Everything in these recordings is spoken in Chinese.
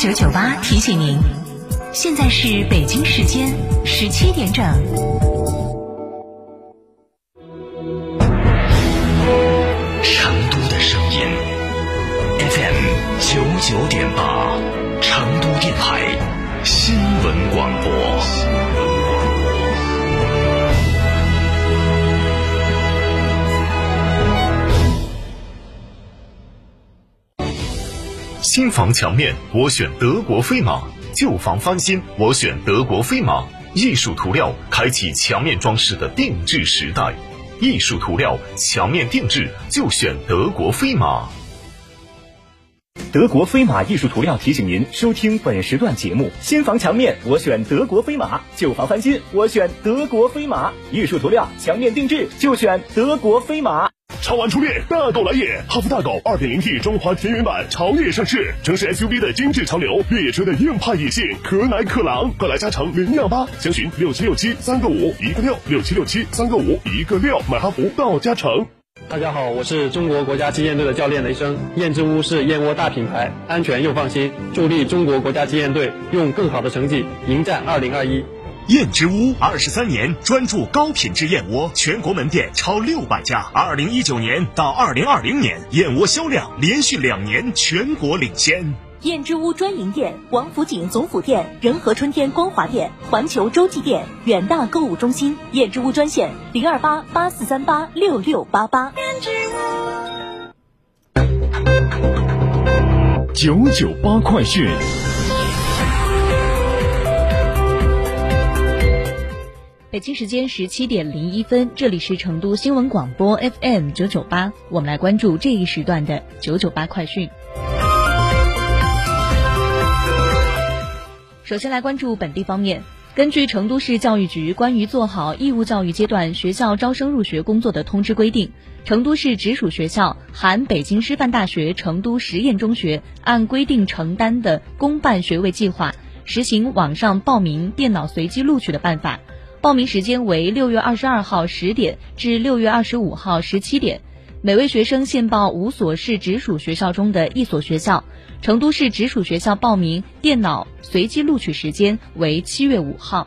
FM998提醒您，现在是北京时间17点整。 成都的声音 FM99.8，成都电台新闻广播。 新房墙面我选德国飞马，旧房翻新我选德国飞马。艺术涂料开启墙面装饰的定制时代，艺术涂料墙面定制就选德国飞马。 德国飞马艺术涂料提醒您收听本时段节目：新房墙面我选德国飞马，旧房翻新我选德国飞马。艺术涂料墙面定制就选德国飞马。 超玩初恋，大狗来也！哈弗大狗 2.0T 中华田园版潮野上市，城市 SUV 的精致潮流，越野车的硬派野性，可奶可狼，快来加诚018，详询6767-3个5，1个6，6767-3个5，1个6，买哈弗到加诚。 大家好，我是中国国家击剑队的教练雷声。燕之屋是燕窝大品牌，安全又放心，助力中国国家击剑队用更好的成绩迎战2021。 燕之屋23年专注高品质燕窝，全国门店超600家。2019年到2020年，燕窝销量连续2年全国领先。 燕之屋专营店：王府井总府店、仁和春天光华店、环球洲际店、远大购物中心。燕之屋专线02884386688。 998快讯。 北京时间17点01分，这里是成都新闻广播 FM998，我们来关注这一时段的998快讯。首先来关注本地方面，根据成都市教育局关于做好义务教育阶段学校招生入学工作的通知规定，成都市直属学校含北京师范大学成都实验中学按规定承担的公办学位计划，实行网上报名电脑随机录取的办法。报名时间为6月22号10点至6月25号17点，每位学生限报5所市直属学校中的1所学校。成都市直属学校报名电脑随机录取时间为7月5号。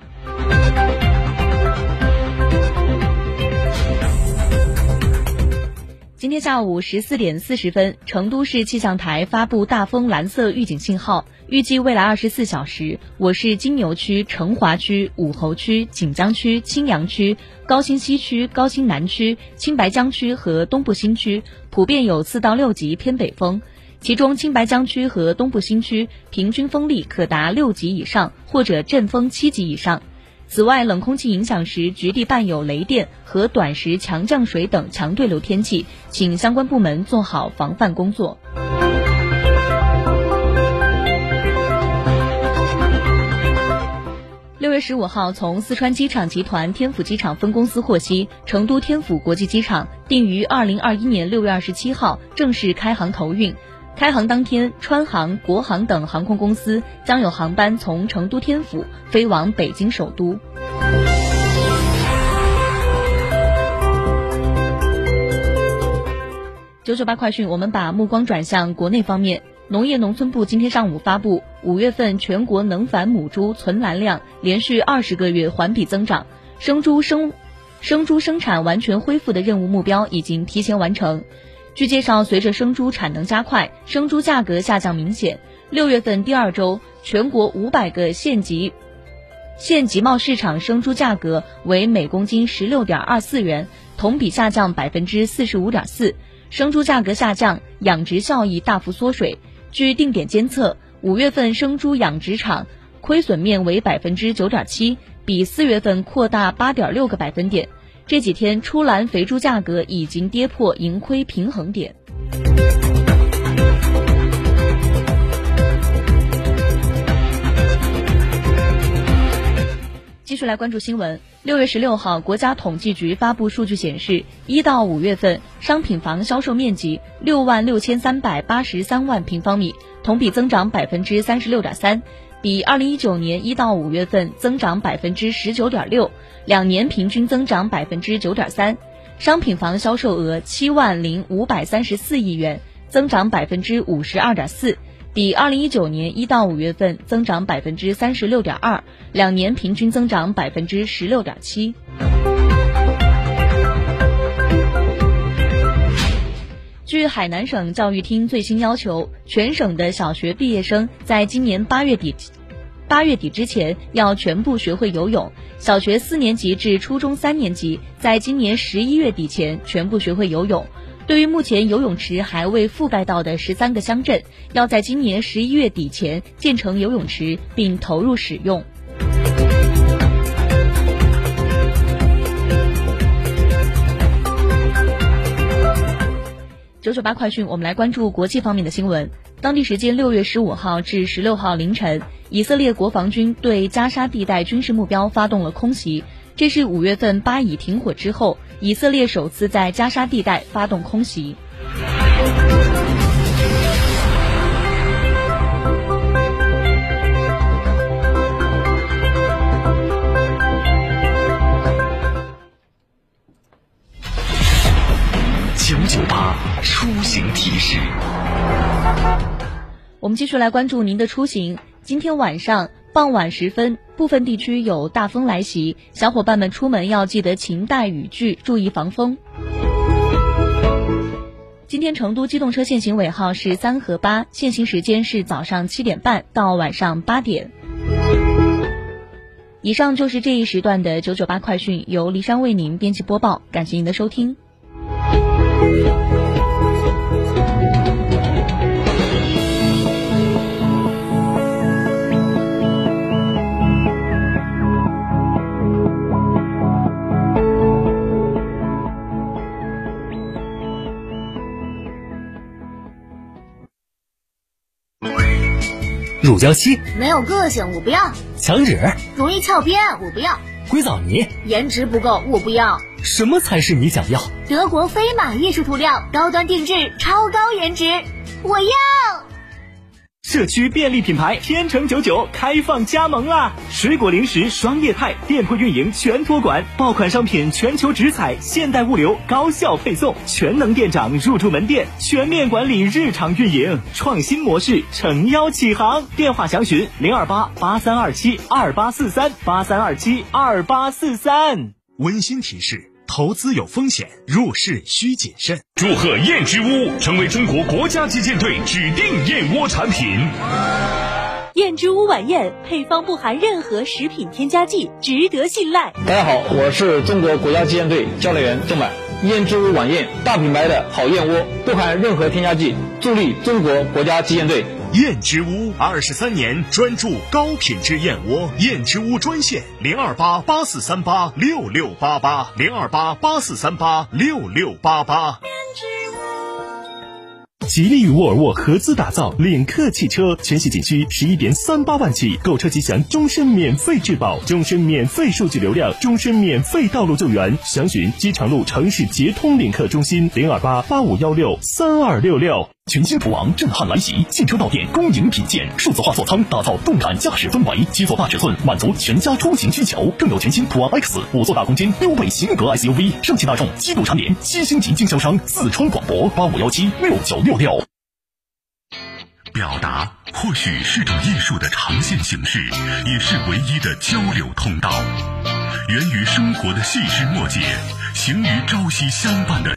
今天下午14点40分，成都市气象台发布大风蓝色预警信号，预计未来24小时，我市金牛区、成华区、武侯区、锦江区、青羊区、高新西区、高新南区、青白江区和东部新区普遍有4到6级偏北风，其中青白江区和东部新区平均风力可达6级以上或者阵风7级以上。此外，冷空气影响时局地伴有雷电和短时强降水等强对流天气，请相关部门做好防范工作。6月15号，从四川机场集团天府机场分公司获悉，成都天府国际机场定于2021年6月27号正式开航投运。开航当天，川航、国航等航空公司将有航班从成都天府飞往北京首都。998快讯，我们把目光转向国内方面。农业农村部今天上午发布，5月份全国能繁母猪存栏量连续20个月环比增长，生猪生产完全恢复的任务目标已经提前完成。据介绍，随着生猪产能加快，生猪价格下降明显。6月份第2周，全国500个县级贸市场生猪价格为每公斤16.24元，同比下降45.4%。生猪价格下降，养殖效益大幅缩水。据定点监测，5月份生猪养殖场亏损面为9.7%，比4月份扩大8.6个百分点。这几天出栏肥猪价格已经跌破盈亏平衡点。继续来关注新闻。6月16号，国家统计局发布数据显示，1到5月份商品房销售面积66383万平方米，同比增长36.3%，比2019年1到5月份增长19.6%，两年平均增长9.3%。商品房销售额7万0534亿元，增长52.4%， 比2019年1到5月份增长36.2%，两年平均增长16.7%。据海南省教育厅最新要求，全省的小学毕业生在今年8月底之前要全部学会游泳，小学4年级至初中3年级在今年11月底前全部学会游泳。对于目前游泳池还未覆盖到的13个乡镇，要在今年11月底前建成游泳池并投入使用。998快讯，我们来关注国际方面的新闻。当地时间6月15号至16号凌晨，以色列国防军对加沙地带军事目标发动了空袭，这是5月份巴以停火之后，以色列首次在加沙地带发动空袭。 998出行提示。 我们继续来关注您的出行。今天晚上傍晚时分，部分地区有大风来袭，小伙伴们出门要记得勤带雨具，注意防风。今天成都机动车限行尾号是3和8，限行时间是早上7点半到晚上8点。以上就是这一时段的998快讯，由黎山为您编辑播报，感谢您的收听。 乳胶漆没有个性，我不要； 墙纸容易翘边，我不要； 硅藻泥颜值不够，我不要。 什么才是你想要？ 德国飞马艺术涂料，高端定制，超高颜值，我要。 社区便利品牌天成99开放加盟啦！水果零食双业态，店铺运营全托管，爆款商品全球直采，现代物流高效配送，全能店长入驻门店，全面管理日常运营，创新模式诚邀启航。电话详询02883272843，83272843。 温馨提示：投资有风险，入市需谨慎。 祝贺燕之屋成为中国国家击剑队指定燕窝产品。 燕之屋晚宴配方不含任何食品添加剂，值得信赖。 大家好，我是中国国家击剑队教练员郑满。燕之屋晚宴，大品牌的好燕窝，不含任何添加剂，助力中国国家击剑队。 燕之屋23年专注高品质燕窝，燕之屋专线02884386688，02884386688。 吉利与沃尔沃合资打造领克汽车，全系仅需11.38万起，购车即享终身免费质保，终身免费数据流量，终身免费道路救援。详询机场路城市捷通领克中心02885163266。全新途昂震撼来袭，现车到店，恭迎品鉴，数字化座舱打造动感驾驶氛围，7座大尺寸满足全家出行需求，更有全新途昂 X 5座大空间标配型格 SUV， 盛汽大众7度蝉联7星级经销商。四川广播85176966。 表达或许是种艺术的呈现形式，也是唯一的交流通道。源于生活的细枝末节，行于朝夕相伴的